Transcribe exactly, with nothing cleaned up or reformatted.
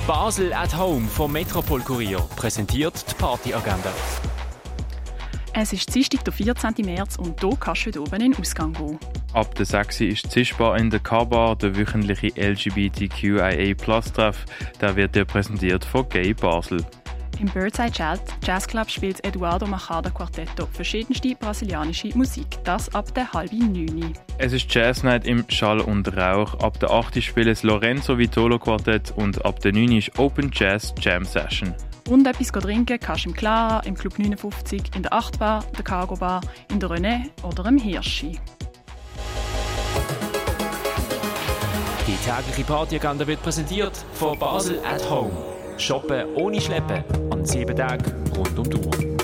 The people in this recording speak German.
Basel at Home vom Metropol Kurier präsentiert die Partyagenda. Es ist Dienstag, der vierzehnten März, und hier kannst du heute oben in den Ausgang gehen. Ab der sechs Uhr ist Zischbar in der K-Bar, der wöchentliche L G B T Q I A Plus Treff. Der wird dir präsentiert von Gay Basel. Im Birdside Jazz, Jazz Club spielt Eduardo Machado Quartetto verschiedenste brasilianische Musik. Das ab der halben neun. Es ist Jazz Night im Schall und Rauch. Ab der acht Uhr spielt das Lorenzo Vitolo Quartett und ab der neun Uhr ist Open Jazz Jam Session. Und etwas trinken kannst du im Clara, im Club neunundfünfzig, in der acht Bar, der Cargo Bar, in der René oder im Hirschi. Die tägliche Partyagenda wird präsentiert von Basel at Home. Shoppen ohne Schleppen an sieben Tagen rund um die Uhr.